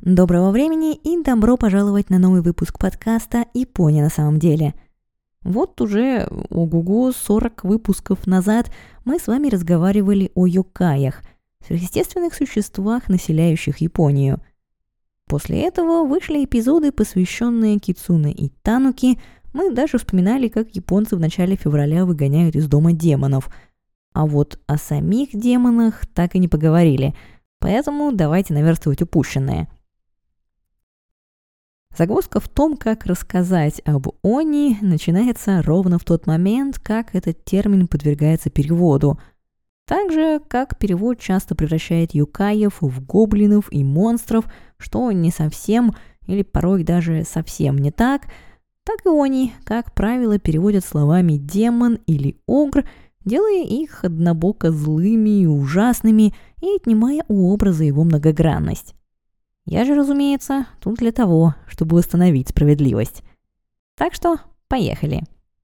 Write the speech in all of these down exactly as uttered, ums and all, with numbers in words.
Доброго времени и добро пожаловать на новый выпуск подкаста «Япония на самом деле». Вот уже, ого-го, сорок выпусков назад мы с вами разговаривали о йокаях, сверхъестественных существах, населяющих Японию. После этого вышли эпизоды, посвященные Кицуне и Тануки. Мы даже вспоминали, как японцы в начале февраля выгоняют из дома демонов. А вот о самих демонах так и не поговорили, поэтому давайте наверстывать упущенное. Загвоздка в том, как рассказать об они, начинается ровно в тот момент, как этот термин подвергается переводу. Так же, как перевод часто превращает юкаев в гоблинов и монстров, что не совсем или порой даже совсем не так, так и они, как правило, переводят словами «демон» или «огр», делая их однобоко злыми и ужасными и отнимая у образа его многогранность. Я же, разумеется, тут для того, чтобы восстановить справедливость. Так что поехали.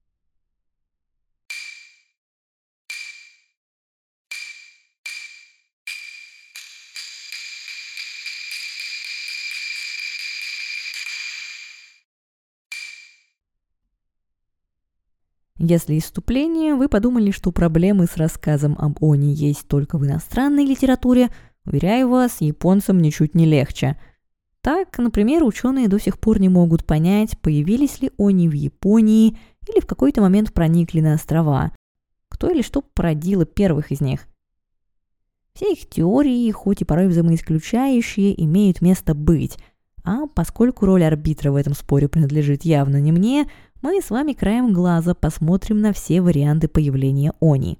Если из вступления вы подумали, что проблемы с рассказом об они есть только в иностранной литературе, уверяю вас, японцам ничуть не легче. Так, например, ученые до сих пор не могут понять, появились ли они в Японии или в какой-то момент проникли на острова. Кто или что породило первых из них. Все их теории, хоть и порой взаимоисключающие, имеют место быть. А поскольку роль арбитра в этом споре принадлежит явно не мне, мы с вами краем глаза посмотрим на все варианты появления они.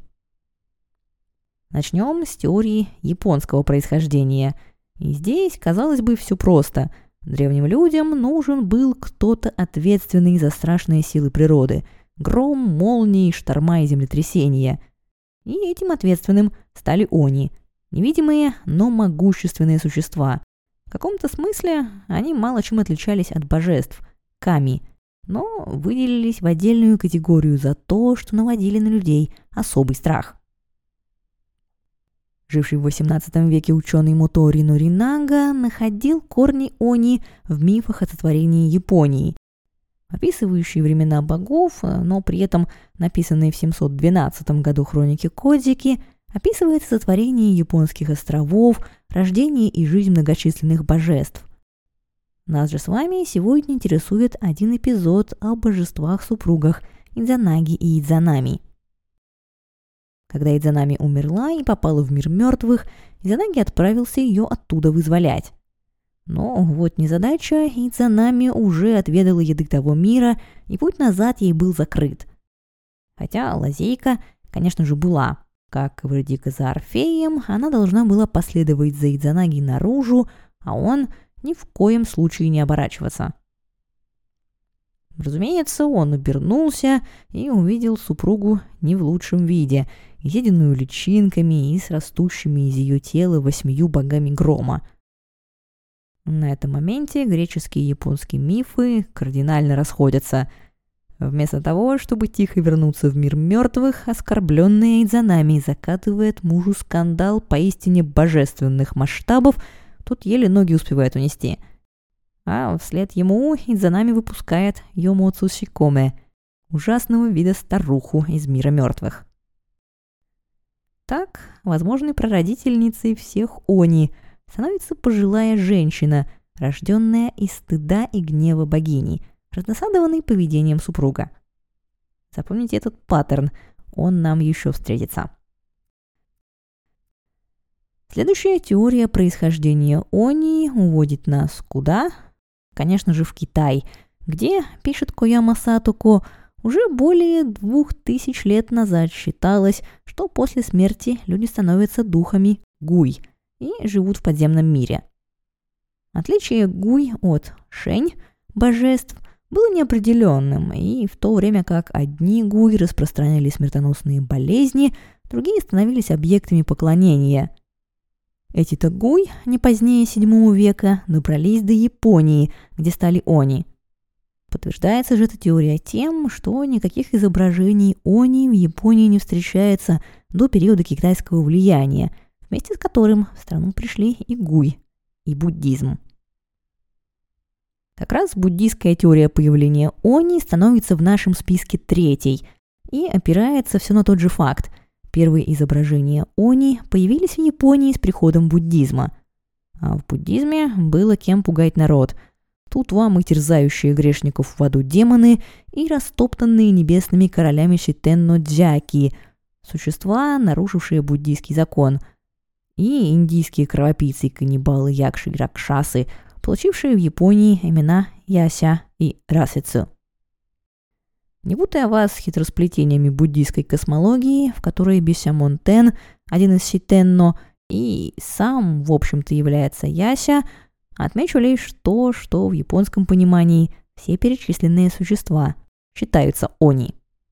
Начнем с теории японского происхождения. И здесь, казалось бы, все просто. Древним людям нужен был кто-то ответственный за страшные силы природы. Гром, молнии, шторма и землетрясения. И этим ответственным стали они. Невидимые, но могущественные существа. В каком-то смысле они мало чем отличались от божеств – ками, но выделились в отдельную категорию за то, что наводили на людей особый страх. Живший в восемнадцатом веке ученый Мотори Норинага находил корни они в мифах о сотворении Японии, описывающие времена богов, но при этом написанные в семьсот двенадцатом году хроники Кодзики, описывает сотворение японских островов, рождение и жизнь многочисленных божеств. Нас же с вами сегодня интересует один эпизод о божествах-супругах Идзанаги и Идзанами. Когда Идзанами умерла и попала в мир мертвых, Идзанаги отправился ее оттуда вызволять. Но вот незадача, Идзанами уже отведала еды того мира, и путь назад ей был закрыт. Хотя лазейка, конечно же, была. Как в Эвридика за Орфеем, она должна была последовать за Идзанаги наружу, а он ни в коем случае не оборачиваться. Разумеется, он обернулся и увидел супругу не в лучшем виде, изъеденную личинками и с растущими из ее тела восьмию богами грома. На этом моменте греческие и японские мифы кардинально расходятся. Вместо того, чтобы тихо вернуться в мир мертвых, оскорбленная Идзанами закатывает мужу скандал поистине божественных масштабов, тот еле ноги успевает унести. А вслед ему Идзанами выпускает Йомоцу Сикоме, ужасного вида старуху из мира мертвых. Так, возможной прародительницей всех они становится пожилая женщина, рожденная из стыда и гнева богини, раздосадованной поведением супруга. Запомните этот паттерн, он нам еще встретится. Следующая теория происхождения они уводит нас куда? Конечно же, в Китай, где, пишет Кояма Сатоко, уже более двух тысяч лет назад считалось, что после смерти люди становятся духами гуй и живут в подземном мире. Отличие гуй от шэнь, божеств, было неопределенным, и в то время как одни гуй распространяли смертоносные болезни, другие становились объектами поклонения. Эти-то гуй не позднее седьмого века добрались до Японии, где стали они. Подтверждается же эта теория тем, что никаких изображений они в Японии не встречается до периода китайского влияния, вместе с которым в страну пришли и гуй, и буддизм. Как раз буддийская теория появления они становится в нашем списке третьей и опирается все на тот же факт. Первые изображения они появились в Японии с приходом буддизма. А в буддизме было кем пугать народ. Тут вам и терзающие грешников в аду демоны, и растоптанные небесными королями Шитен-но-дзяки, существа, нарушившие буддийский закон, и индийские кровопийцы и каннибалы Якши и Ракшасы, получившие в Японии имена Яся и Расицу. Не путая вас с хитросплетениями буддийской космологии, в которой Бисямон Тен, один из Шитенно, и сам, в общем-то, является Яся, отмечу лишь то, что в японском понимании все перечисленные существа считаются они.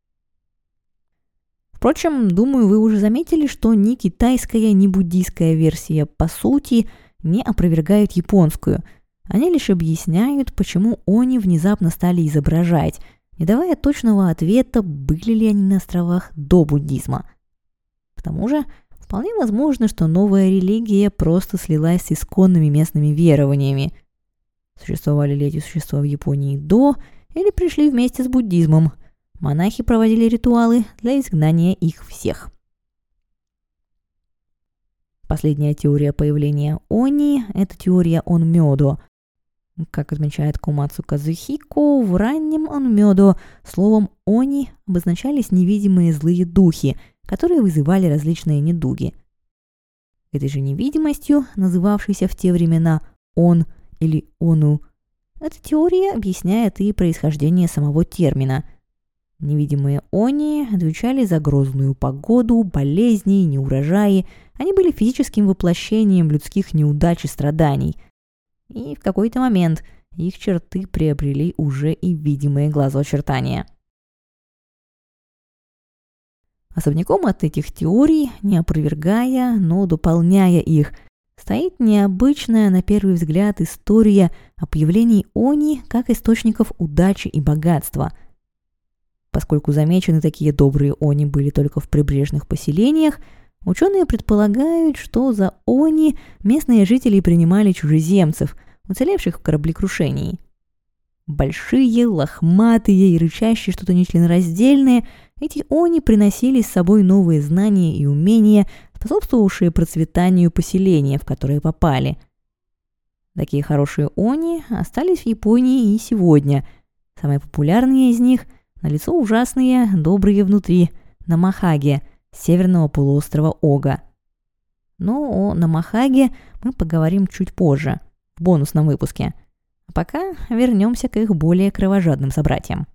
Впрочем, думаю, вы уже заметили, что ни китайская, ни буддийская версия, по сути, не опровергают японскую. Они лишь объясняют, почему они внезапно стали изображать, не давая точного ответа, были ли они на островах до буддизма. К тому же, вполне возможно, что новая религия просто слилась с исконными местными верованиями. Существовали ли эти существа в Японии до или пришли вместе с буддизмом? Монахи проводили ритуалы для изгнания их всех. Последняя теория появления они – это теория онмёдо. Как отмечает Комацу Казухико, в раннем онмёдо словом «они» обозначались невидимые злые духи, которые вызывали различные недуги. Этой же невидимостью, называвшейся в те времена «он» или «ону», эта теория объясняет и происхождение самого термина. Невидимые они отвечали за грозную погоду, болезни, неурожаи. Они были физическим воплощением людских неудач и страданий. И в какой-то момент их черты приобрели уже и видимые глазу очертания. Особняком от этих теорий, не опровергая, но дополняя их, стоит необычная, на первый взгляд, история о появлении они как источников удачи и богатства. Поскольку замечены такие добрые они были только в прибрежных поселениях, ученые предполагают, что за они местные жители принимали чужеземцев, уцелевших в кораблекрушении. Большие, лохматые и рычащие что-то нечленораздельные, эти они приносили с собой новые знания и умения, способствовавшие процветанию поселения, в которое попали. Такие хорошие они остались в Японии и сегодня. Самые популярные из них – налицо ужасные, добрые внутри, Намахаге, северного полуострова Ога. Но о Намахаге мы поговорим чуть позже, в бонусном выпуске. А пока вернемся к их более кровожадным собратьям.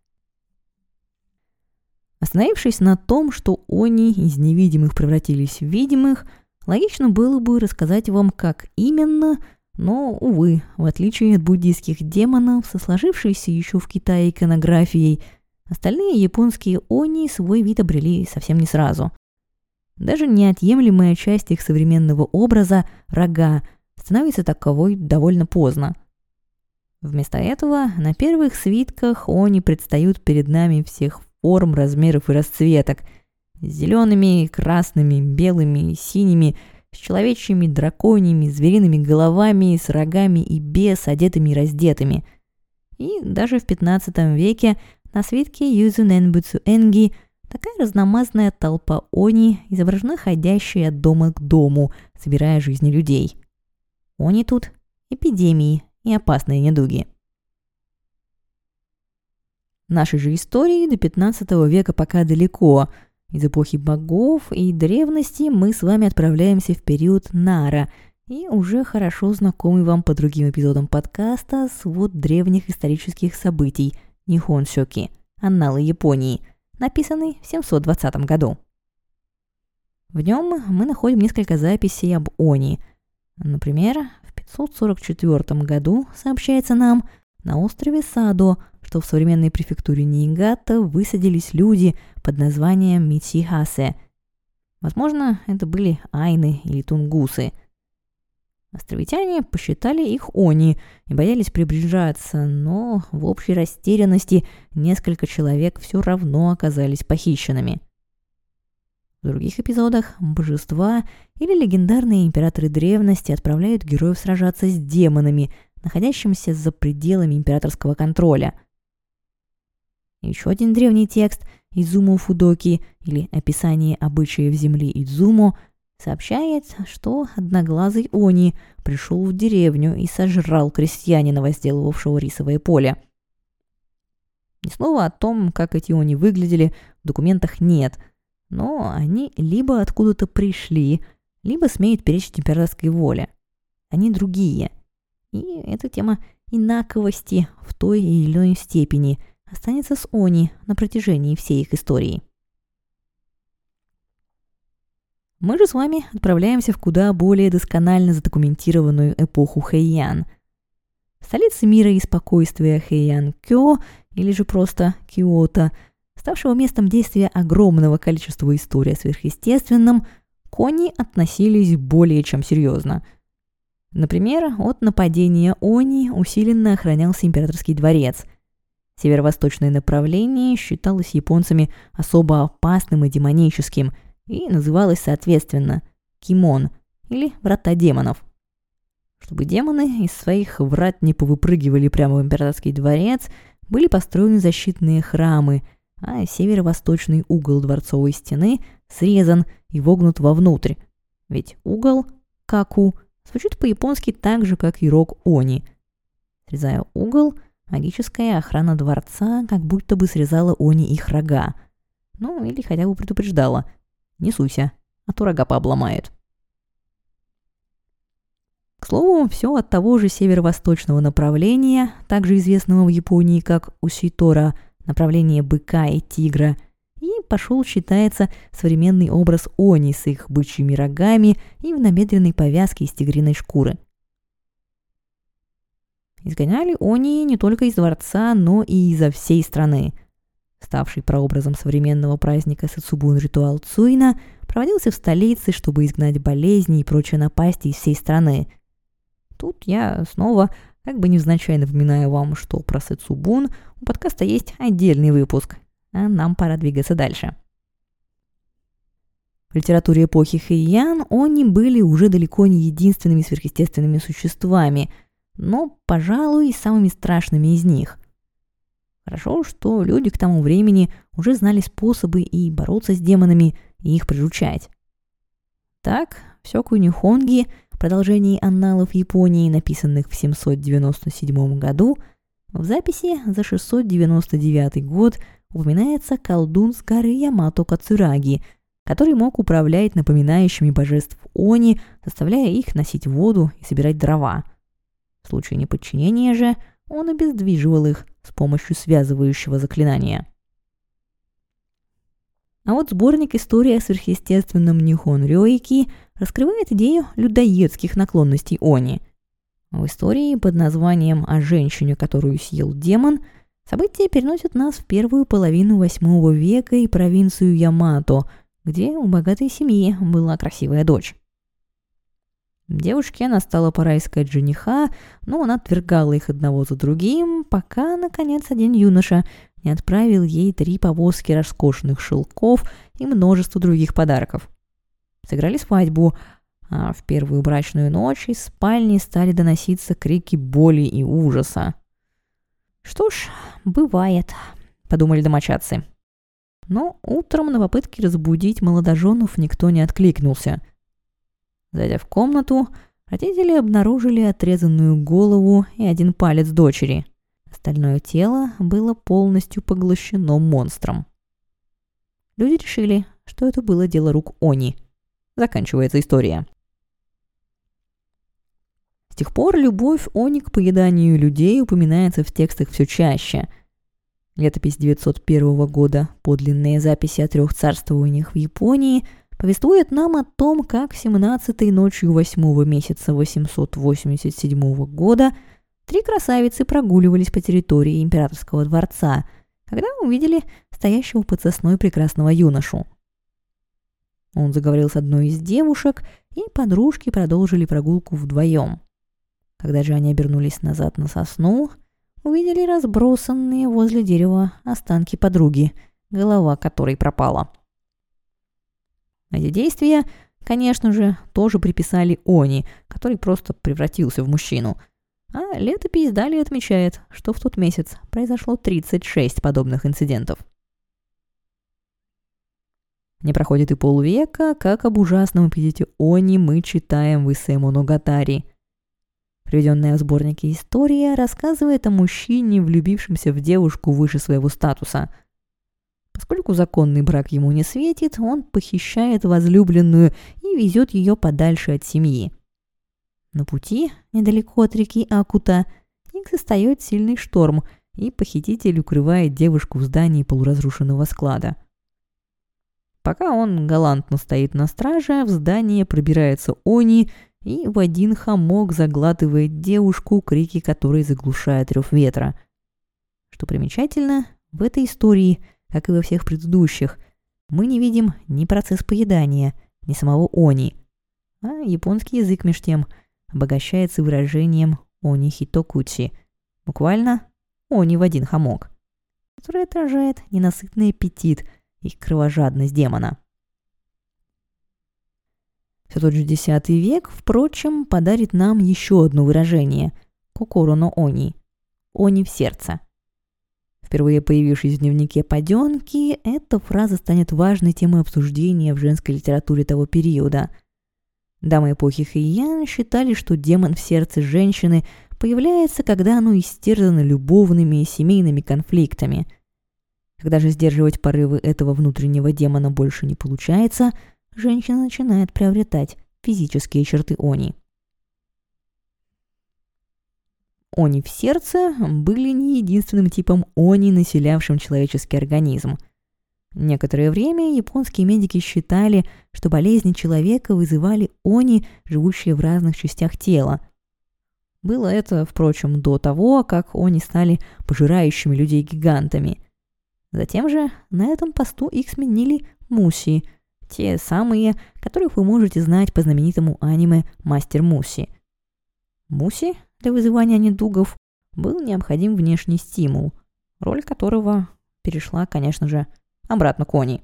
Остановившись на том, что они из невидимых превратились в видимых, логично было бы рассказать вам, как именно, но, увы, в отличие от буддийских демонов, со сложившейся еще в Китае иконографией, остальные японские они свой вид обрели совсем не сразу. Даже неотъемлемая часть их современного образа, рога, становится таковой довольно поздно. Вместо этого на первых свитках они предстают перед нами всех форм, размеров и расцветок, с зелеными, красными, белыми, синими, с человечьими, драконьими, звериными головами, с рогами и без, одетыми и раздетыми. И даже в пятнадцатом веке на свитке Юзу Ненбуцу Энги такая разномастная толпа они изображена ходящей от дома к дому, собирая жизни людей. Они тут эпидемии и опасные недуги. Нашей же истории до пятнадцатого века пока далеко. Из эпохи богов и древности мы с вами отправляемся в период Нара и уже хорошо знакомый вам по другим эпизодам подкаста свод древних исторических событий Нихоншоки, анналы Японии, написанный в семьсот двадцатом году. В нем мы находим несколько записей об они. Например, в пятьсот сорок четвёртом году сообщается нам, на острове Садо, что в современной префектуре Ниигата, высадились люди под названием Мичихасе. Возможно, это были айны или тунгусы. Островитяне посчитали их они и боялись приближаться, но в общей растерянности несколько человек все равно оказались похищенными. В других эпизодах божества или легендарные императоры древности отправляют героев сражаться с демонами, находящемся за пределами императорского контроля. Еще один древний текст Идзумо Фудоки, или «Описание обычаев земли Идзумо», сообщает, что одноглазый Они пришел в деревню и сожрал крестьянина, возделывавшего рисовое поле. Ни слова о том, как эти Они выглядели, в документах нет, но они либо откуда-то пришли, либо смеют перечить императорской воле. Они другие. И эта тема инаковости в той или иной степени останется с Они на протяжении всей их истории. Мы же с вами отправляемся в куда более досконально задокументированную эпоху Хэйян. В столице мира и спокойствия Хэйян-кё, или же просто Киото, ставшего местом действия огромного количества историй о сверхъестественном, к Они относились более чем серьезно. Например, от нападения Они усиленно охранялся императорский дворец. Северо-восточное направление считалось японцами особо опасным и демоническим и называлось соответственно Кимон или Врата демонов. Чтобы демоны из своих врат не повыпрыгивали прямо в императорский дворец, были построены защитные храмы, а северо-восточный угол дворцовой стены срезан и вогнут вовнутрь, ведь угол каку звучит по-японски так же, как и рог Они. Срезая угол, магическая охрана дворца как будто бы срезала Они их рога. Ну, или хотя бы предупреждала: не суйся, а то рога пообломают. К слову, все от того же северо-восточного направления, также известного в Японии как Уситора, направление быка и тигра, и пошел, считается, современный образ Они с их бычьими рогами и в намедренной повязке из тигриной шкуры. Изгоняли Они не только из дворца, но и изо всей страны. Ставший прообразом современного праздника Сэцубун ритуал Цуина проводился в столице, чтобы изгнать болезни и прочие напасти из всей страны. Тут я снова, как бы невзначай, напоминаю вам, что про Сэцубун у подкаста есть отдельный выпуск, а нам пора двигаться дальше. В литературе эпохи Хэйян Они были уже далеко не единственными сверхъестественными существами, но, пожалуй, самыми страшными из них. Хорошо, что люди к тому времени уже знали способы и бороться с демонами, и их приручать. Так, в Сёку Нихонги, продолжении анналов Японии, написанных в семьсот девяносто седьмом году, в записи за шестьсот девяносто девятый год упоминается колдун с горы Ямато Кацураги, который мог управлять напоминающими божеств Они, заставляя их носить воду и собирать дрова. В случае неподчинения же он обездвиживал их с помощью связывающего заклинания. А вот сборник «История о сверхъестественном Нихон Рёики» раскрывает идею людоедских наклонностей Они. В истории под названием «О женщине, которую съел демон» события переносят нас в первую половину восьмого века и провинцию Ямато, где у богатой семьи была красивая дочь. Девушке настала пора искать жениха, но она отвергала их одного за другим, пока, наконец, один юноша не отправил ей три повозки роскошных шелков и множество других подарков. Сыграли свадьбу, а в первую брачную ночь из спальни стали доноситься крики боли и ужаса. «Что ж, бывает», — подумали домочадцы. Но утром на попытки разбудить молодоженов никто не откликнулся. Зайдя в комнату, родители обнаружили отрезанную голову и один палец дочери. Остальное тело было полностью поглощено монстром. Люди решили, что это было дело рук Они. Заканчивается история. С тех пор любовь Они к поеданию людей упоминается в текстах все чаще. Летопись девятьсот первого года, подлинные записи о трех царствованиях в Японии, повествует нам о том, как семнадцатой ночью восьмого месяца восемьсот восемьдесят седьмого года три красавицы прогуливались по территории императорского дворца, когда увидели стоящего под сосной прекрасного юношу. Он заговорил с одной из девушек, и подружки продолжили прогулку вдвоем. Когда же они обернулись назад на сосну, увидели разбросанные возле дерева останки подруги, голова которой пропала. Эти действия, конечно же, тоже приписали Они, который просто превратился в мужчину. А летопись далее отмечает, что в тот месяц произошло тридцать шесть подобных инцидентов. Не проходит и полвека, как об ужасном эпизоде Они мы читаем в эссе Моногатари. Приведенная в сборнике история рассказывает о мужчине, влюбившемся в девушку выше своего статуса. Поскольку законный брак ему не светит, он похищает возлюбленную и везет ее подальше от семьи. На пути, недалеко от реки Акута, их застает сильный шторм, и похититель укрывает девушку в здании полуразрушенного склада. Пока он галантно стоит на страже, в здание пробирается Они и в один хамок заглатывает девушку, крики которой заглушают рев ветра. Что примечательно, в этой истории, как и во всех предыдущих, мы не видим ни процесс поедания, ни самого Они, а японский язык меж тем обогащается выражением «они хитокучи», буквально «они в один хамок», который отражает ненасытный аппетит и кровожадность демона. Все тот же десятый век, впрочем, подарит нам еще одно выражение – «кокоро но они» – «они в сердце». Впервые появившись в дневнике Паденки, эта фраза станет важной темой обсуждения в женской литературе того периода. Дамы эпохи Хэйян считали, что демон в сердце женщины появляется, когда оно истерзано любовными и семейными конфликтами. Когда же сдерживать порывы этого внутреннего демона больше не получается, женщина начинает приобретать физические черты Они. Они в сердце были не единственным типом Они, населявшим человеческий организм. Некоторое время японские медики считали, что болезни человека вызывали Они, живущие в разных частях тела. Было это, впрочем, до того, как Они стали пожирающими людей гигантами. Затем же на этом посту их сменили Муси, те самые, которых вы можете знать по знаменитому аниме «Мастер Муси». Муси для вызывания недугов был необходим внешний стимул, роль которого перешла, конечно же, обратно к Они.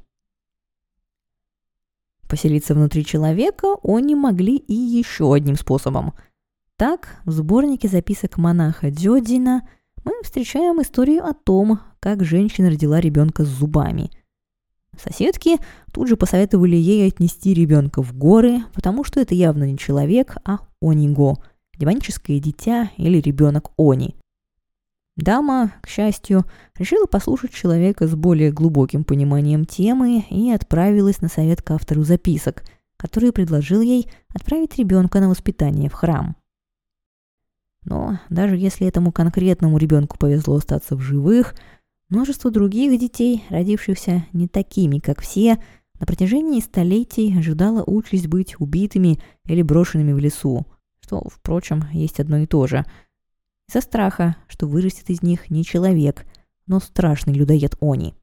Поселиться внутри человека Они могли и еще одним способом. Так, в сборнике записок монаха Дзёдзина мы встречаем историю о том, как женщина родила ребенка с зубами. Соседки тут же посоветовали ей отнести ребенка в горы, потому что это явно не человек, а Ониго, демоническое дитя или ребенок Они. Дама, к счастью, решила послушать человека с более глубоким пониманием темы и отправилась на совет к автору записок, который предложил ей отправить ребенка на воспитание в храм. Но даже если этому конкретному ребенку повезло остаться в живых, множество других детей, родившихся не такими, как все, на протяжении столетий ожидало участь быть убитыми или брошенными в лесу, что, впрочем, есть одно и то же. Из-за страха, что вырастет из них не человек, но страшный людоед Они.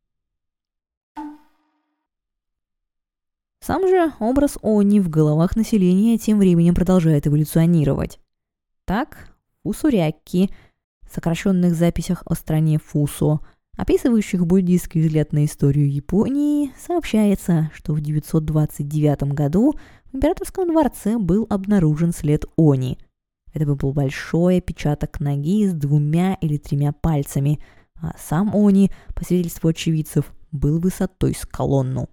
Сам же образ Они в головах населения тем временем продолжает эволюционировать. Так, фусуряки, в сокращенных записях о стране Фусо, описывающих буддийский взгляд на историю Японии, сообщается, что в девятьсот двадцать девятом году в императорском дворце был обнаружен след Они. Это был большой отпечаток ноги с двумя или тремя пальцами, а сам Они, по свидетельству очевидцев, был высотой с колонну.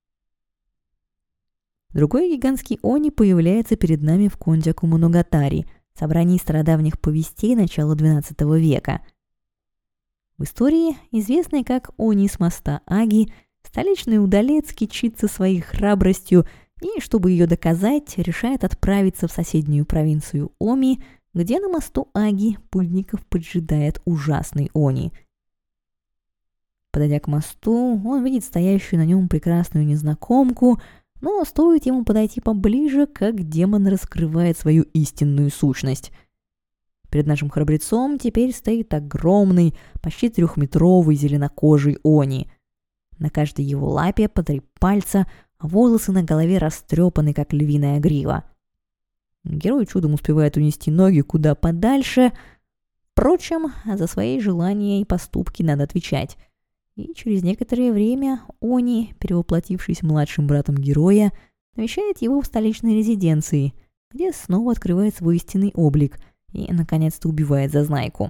Другой гигантский Они появляется перед нами в Кондзяку Моногатари, собрании стародавних повестей начала двенадцатого века. В истории, известной как Они с моста Аги, столичный удалец кичится своей храбростью и, чтобы ее доказать, решает отправиться в соседнюю провинцию Оми, где на мосту Аги путников поджидает ужасный Они. Подойдя к мосту, он видит стоящую на нем прекрасную незнакомку, но стоит ему подойти поближе, как демон раскрывает свою истинную сущность. Перед нашим храбрецом теперь стоит огромный, почти трехметровый зеленокожий Они. На каждой его лапе по три пальца, а волосы на голове растрепаны, как львиная грива. Герой чудом успевает унести ноги куда подальше. Впрочем, за свои желания и поступки надо отвечать. И через некоторое время Они, перевоплотившись младшим братом героя, навещает его в столичной резиденции, где снова открывает свой истинный облик и, наконец-то, убивает Зазнайку.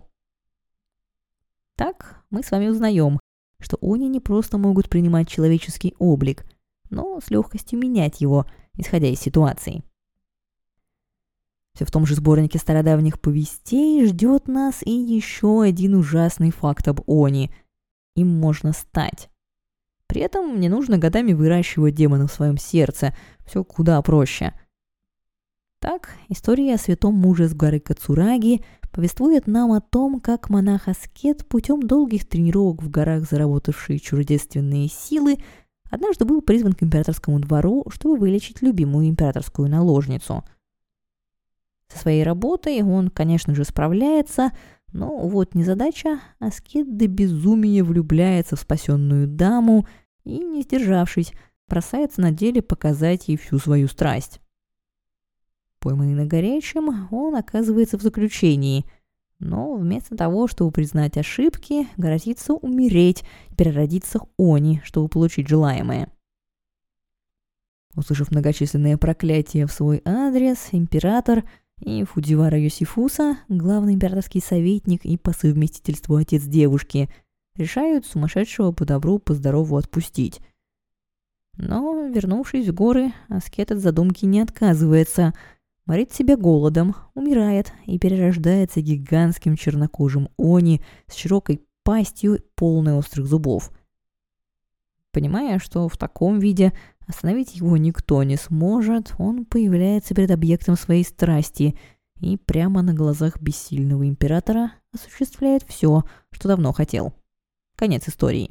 Так мы с вами узнаем, что они не просто могут принимать человеческий облик, но с легкостью менять его, исходя из ситуации. Все в том же сборнике стародавних повестей ждет нас и еще один ужасный факт об они. Им можно стать. При этом не нужно годами выращивать демона в своем сердце, все куда проще. Так, история о святом муже с горы Кацураги повествует нам о том, как монах-аскет, путем долгих тренировок в горах, заработавший чуждественные силы, однажды был призван к императорскому двору, чтобы вылечить любимую императорскую наложницу. Со своей работой он, конечно же, справляется, но вот незадача, аскет до безумия влюбляется в спасенную даму и, не сдержавшись, бросается на деле показать ей всю свою страсть. Пойманный на горячем, он оказывается в заключении, но вместо того, чтобы признать ошибки, грозится умереть и переродиться они, чтобы получить желаемое. Услышав многочисленные проклятия в свой адрес, император и Фудзивара Йосифуса, главный императорский советник и по совместительству отец девушки, решают сумасшедшего по добру, по здорову отпустить. Но, вернувшись в горы, аскет от задумки не отказывается, морит себя голодом, умирает и перерождается гигантским чернокожим они с широкой пастью, полной острых зубов. Понимая, что в таком виде остановить его никто не сможет, он появляется перед объектом своей страсти и прямо на глазах бессильного императора осуществляет все, что давно хотел. Конец истории.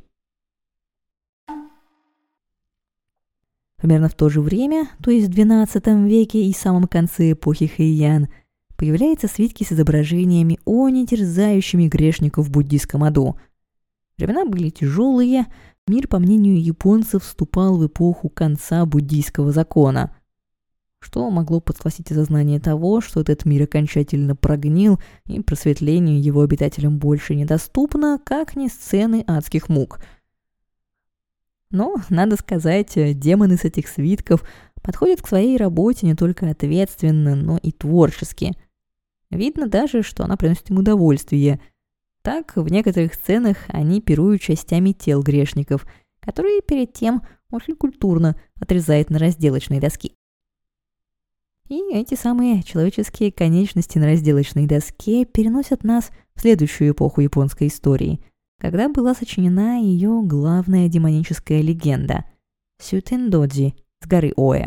Примерно в то же время, то есть в двенадцатом веке и самом конце эпохи Хэйян, появляются свитки с изображениями они, терзающими грешников в буддийском аду. Времена были тяжелые, мир, по мнению японцев, вступал в эпоху конца буддийского закона, что могло подсластить осознание того, что этот мир окончательно прогнил и просветлению его обитателям больше недоступно, как ни сцены адских мук. Но, надо сказать, демоны с этих свитков подходят к своей работе не только ответственно, но и творчески. Видно даже, что она приносит им удовольствие. Так, в некоторых сценах они пируют частями тел грешников, которые перед тем очень культурно отрезают на разделочной доске. И эти самые человеческие конечности на разделочной доске переносят нас в следующую эпоху японской истории, когда была сочинена ее главная демоническая легенда – Сютендоджи с горы Оэ.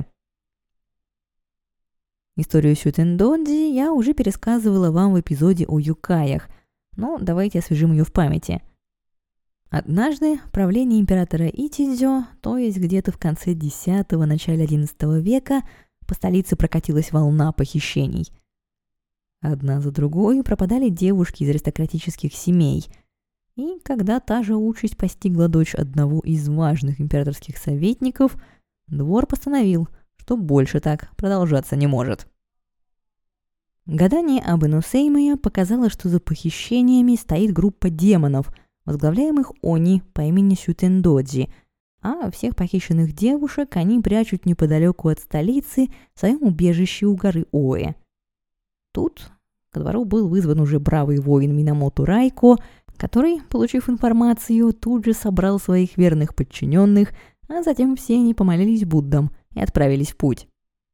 Историю Сютендоджи я уже пересказывала вам в эпизоде о юкаях, но давайте освежим ее в памяти. Однажды правление императора Итидзё, то есть где-то в конце десятого, начале одиннадцатого века, по столице прокатилась волна похищений. Одна за другой пропадали девушки из аристократических семей, и когда та же участь постигла дочь одного из важных императорских советников, двор постановил, что больше так продолжаться не может. Гадание Абе Нусеймия показало, что за похищениями стоит группа демонов, возглавляемых они по имени Сютендоджи, а всех похищенных девушек они прячут неподалеку от столицы в своем убежище у горы Оэ. Тут ко двору был вызван уже бравый воин Минамото Райко, который, получив информацию, тут же собрал своих верных подчиненных, а затем все они помолились Буддам и отправились в путь.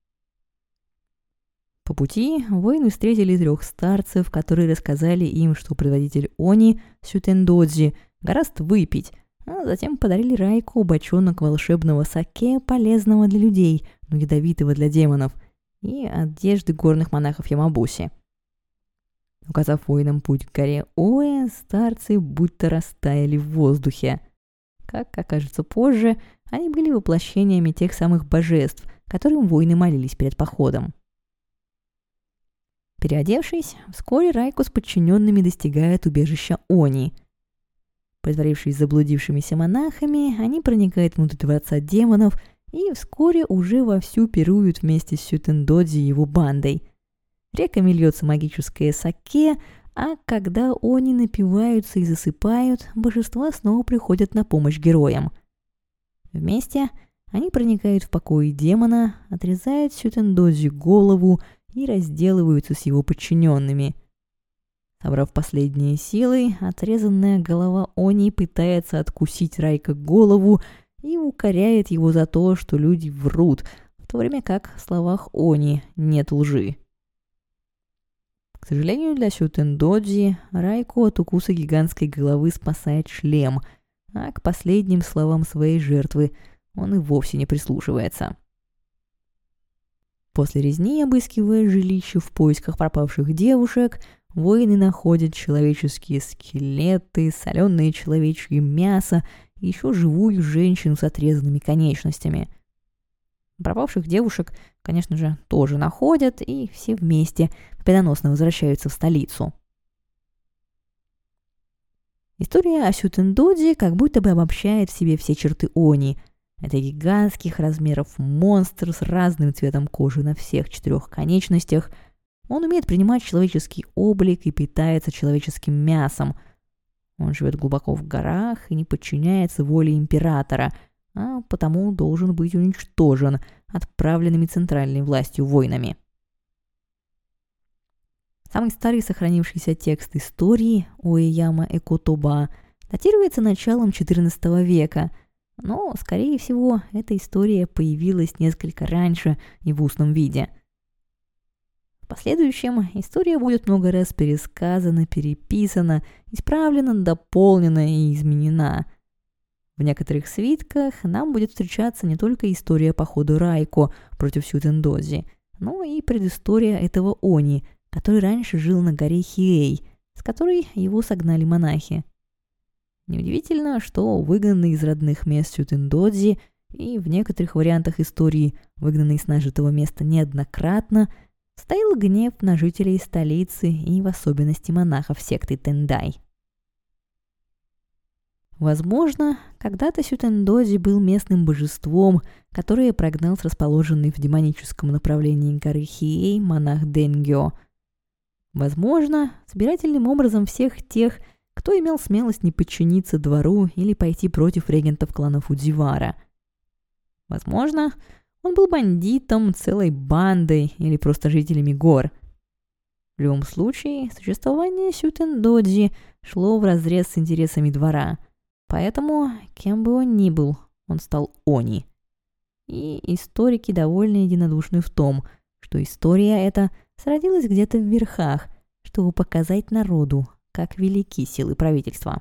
По пути воины встретили трех старцев, которые рассказали им, что предводитель они, Сютендоджи, гораст выпить, а затем подарили Райку бочонок волшебного саке, полезного для людей, но ядовитого для демонов, и одежды горных монахов Ямабуси. Указав воинам путь к горе Оэ, старцы будто растаяли в воздухе. Как окажется позже, они были воплощениями тех самых божеств, которым воины молились перед походом. Переодевшись, вскоре Райко с подчиненными достигает убежища они. Притворившись заблудившимися монахами, они проникают внутрь дворца демонов и вскоре уже вовсю пируют вместе с Сютендоджи и его бандой. Реками льется магическое саке, а когда они напиваются и засыпают, божества снова приходят на помощь героям. Вместе они проникают в покои демона, отрезают Сютендоджи голову и разделываются с его подчиненными, Собрав последние силы, отрезанная голова Они пытается откусить Райка голову и укоряет его за то, что люди врут, в то время как в словах Они нет лжи. К сожалению для Сютендоджи, Райку от укуса гигантской головы спасает шлем, а к последним словам своей жертвы он и вовсе не прислушивается. После резни, обыскивая жилище в поисках пропавших девушек, воины находят человеческие скелеты, соленое человечье мясо и еще живую женщину с отрезанными конечностями. Пропавших девушек, конечно же, тоже находят, и все вместе победоносно возвращаются в столицу. История о Сютендоджи как будто бы обобщает в себе все черты Они. Это гигантских размеров монстр с разным цветом кожи на всех четырех конечностях. Он умеет принимать человеческий облик и питается человеческим мясом. Он живет глубоко в горах и не подчиняется воле императора, а потому должен быть уничтожен отправленными центральной властью воинами. Самый старый сохранившийся текст истории Оэяма Экотоба датируется началом четырнадцатого века, но, скорее всего, эта история появилась несколько раньше и в устном виде. В последующем история будет много раз пересказана, переписана, исправлена, дополнена и изменена. В некоторых свитках нам будет встречаться не только история похода Райко против Сютендоджи, но и предыстория этого Они, который раньше жил на горе Хиэй, с которой его согнали монахи. Неудивительно, что выгнанный из родных мест Сютендоджи и в некоторых вариантах истории выгнанный с нажитого места неоднократно, стоял гнев на жителей столицы и в особенности монахов секты Тендай. Возможно, когда-то Сютендоджи был местным божеством, которое прогнал с расположенной в демоническом направлении горы Хиэй монах Денгё. Возможно, собирательным образом всех тех, кто имел смелость не подчиниться двору или пойти против регентов клана Фудзивара. Возможно, он был бандитом, целой бандой или просто жителями гор. В любом случае, существование Сютендоджи шло вразрез с интересами двора, поэтому, кем бы он ни был, он стал Они. И историки довольно единодушны в том, что история эта сродилась где-то в верхах, чтобы показать народу, как велики силы правительства.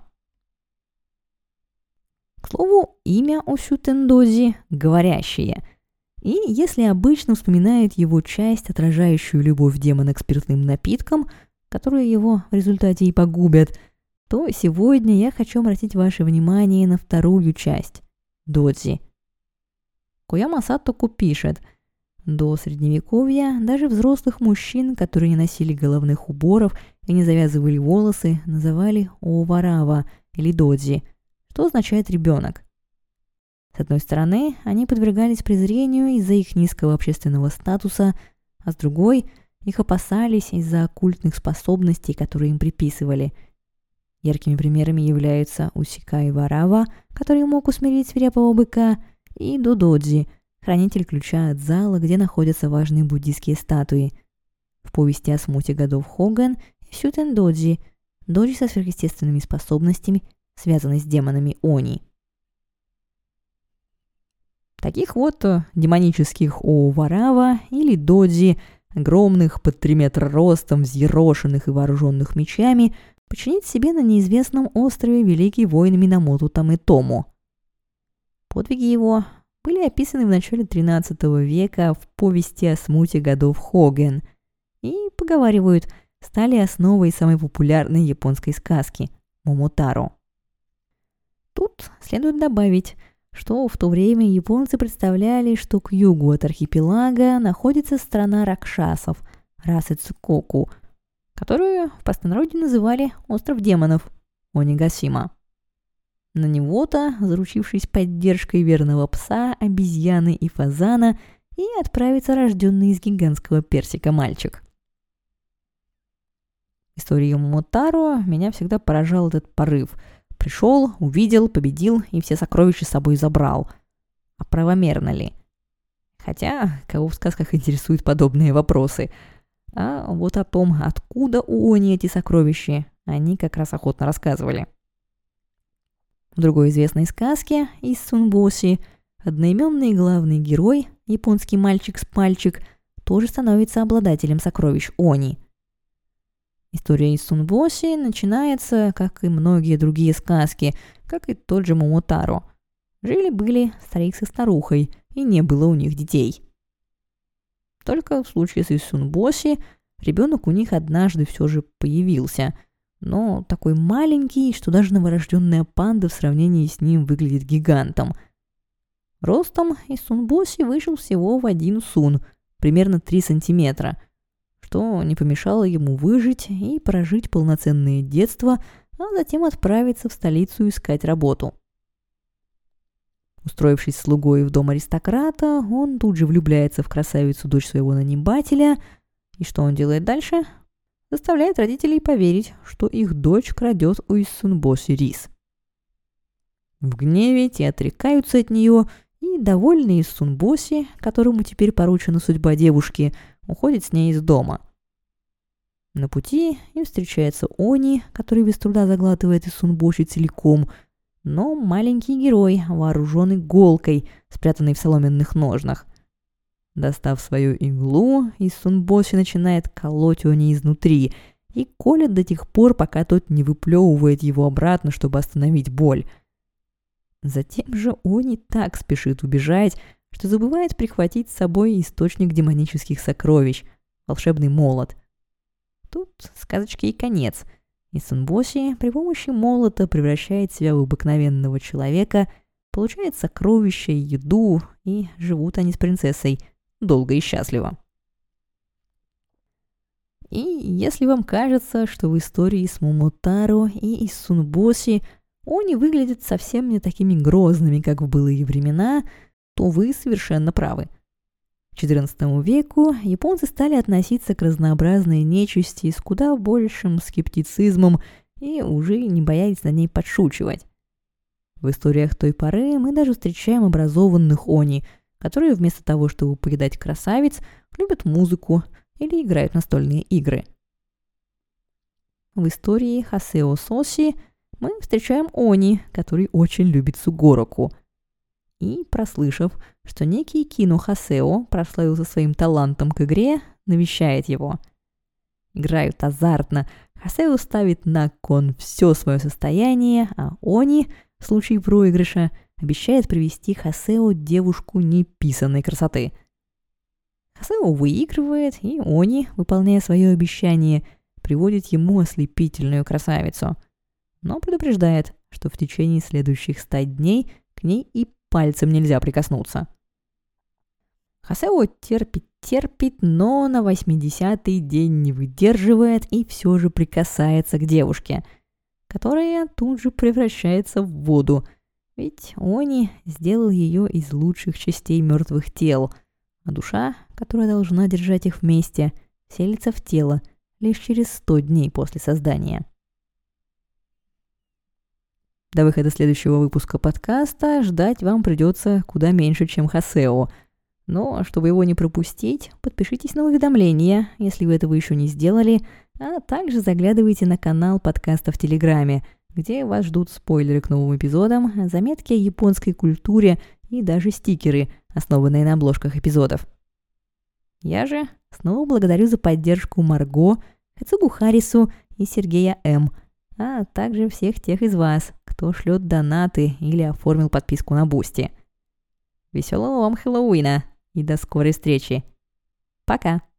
К слову, имя у Сютендоджи говорящее. И если обычно вспоминают его часть, отражающую любовь демона к спиртным напиткам, которые его в результате и погубят, то сегодня я хочу обратить ваше внимание на вторую часть – доджи. Кояма Сатоку пишет: до Средневековья даже взрослых мужчин, которые не носили головных уборов и не завязывали волосы, называли оварава или доджи, что означает «ребенок». С одной стороны, они подвергались презрению из-за их низкого общественного статуса, а с другой, их опасались из-за оккультных способностей, которые им приписывали. Яркими примерами являются Усикай Варава, который мог усмирить свирепого быка, и Дододжи, хранитель ключа от зала, где находятся важные буддийские статуи. В повести о смуте годов Хоган и Сютендоджи, доджи со сверхъестественными способностями, связанной с демонами Они. Таких вот демонических Оуварава или доджи, огромных под три метра ростом, взъерошенных и вооруженных мечами, починить себе на неизвестном острове великий воин Минамото Тамэтому. Подвиги его были описаны в начале тринадцатого века в повести о смуте годов Хоган и, поговаривают, стали основой самой популярной японской сказки Момотаро. Тут следует добавить, что в то время японцы представляли, что к югу от архипелага находится страна ракшасов, расы Цукоку, которую в простонародье называли «Остров демонов» Онигасима. На него-то, заручившись поддержкой верного пса, обезьяны и фазана, и отправится рожденный из гигантского персика мальчик. История Момотаро меня всегда поражал этот порыв. Пришел, увидел, победил и все сокровища с собой забрал. А правомерно ли? Хотя, кого в сказках интересуют подобные вопросы? А вот о том, откуда у Они эти сокровища, они как раз охотно рассказывали. В другой известной сказке из Сунбоси одноименный главный герой, японский мальчик с пальчик, тоже становится обладателем сокровищ Они. История из Сунбоси начинается, как и многие другие сказки, как и тот же Момотаро. Жили-были старик со старухой, и не было у них детей. Только в случае с Сунбоси ребенок у них однажды все же появился, но такой маленький, что даже новорожденная панда в сравнении с ним выглядит гигантом. Ростом из Сунбоси вышел всего в один сун, примерно три сантиметра, что не помешало ему выжить и прожить полноценное детство, а затем отправиться в столицу искать работу. Устроившись слугой в дом аристократа, он тут же влюбляется в красавицу, дочь своего нанимателя, и что он делает дальше? Заставляет родителей поверить, что их дочь крадет у из Сунбоси рис. В гневе те отрекаются от нее, и довольный из Сунбоси, которому теперь поручена судьба девушки, уходит с ней из дома. На пути им встречается Они, который без труда заглатывает из Сунбоси целиком, но маленький герой, вооруженный голкой, спрятанной в соломенных ножнах. Достав свою иглу, из Сунбоси начинает колоть Они изнутри и колет до тех пор, пока тот не выплевывает его обратно, чтобы остановить боль. Затем же Они так спешит убежать, что забывает прихватить с собой источник демонических сокровищ – волшебный молот. Тут сказочки и конец. И Сунбоси при помощи молота превращает себя в обыкновенного человека, получает сокровища и еду, и живут они с принцессой долго и счастливо. И если вам кажется, что в истории с Момотаро и из Сунбоси Они выглядят совсем не такими грозными, как в былые времена, то вы совершенно правы. К четырнадцатому веку японцы стали относиться к разнообразной нечисти с куда большим скептицизмом и уже не боялись над ней подшучивать. В историях той поры мы даже встречаем образованных Они, которые вместо того, чтобы поедать красавиц, любят музыку или играют настольные игры. В истории Хасео Соси мы встречаем Они, который очень любит Сугороку. И, прослышав, что некий Кино Хасео прославился своим талантом к игре, навещает его. Играют азартно, Хасео ставит на кон все свое состояние, а Они, в случае проигрыша, обещает привести Хасео девушку неписанной красоты. Хасео выигрывает, и Они, выполняя свое обещание, приводит ему ослепительную красавицу, но предупреждает, что в течение следующих ста дней к ней и пальцем нельзя прикоснуться. Хасео терпит, терпит, но на восьмидесятый день не выдерживает и все же прикасается к девушке, которая тут же превращается в воду, ведь Они сделал ее из лучших частей мертвых тел, а душа, которая должна держать их вместе, селится в тело лишь через сто дней после создания. До выхода следующего выпуска подкаста ждать вам придется куда меньше, чем Хасео. Но чтобы его не пропустить, подпишитесь на уведомления, если вы этого еще не сделали, а также заглядывайте на канал подкаста в Телеграме, где вас ждут спойлеры к новым эпизодам, заметки о японской культуре и даже стикеры, основанные на обложках эпизодов. Я же снова благодарю за поддержку Марго, Хацугу Харису и Сергея М., а также всех тех из вас, кто шлет донаты или оформил подписку на Бусти. Веселого вам Хэллоуина и до скорой встречи. Пока!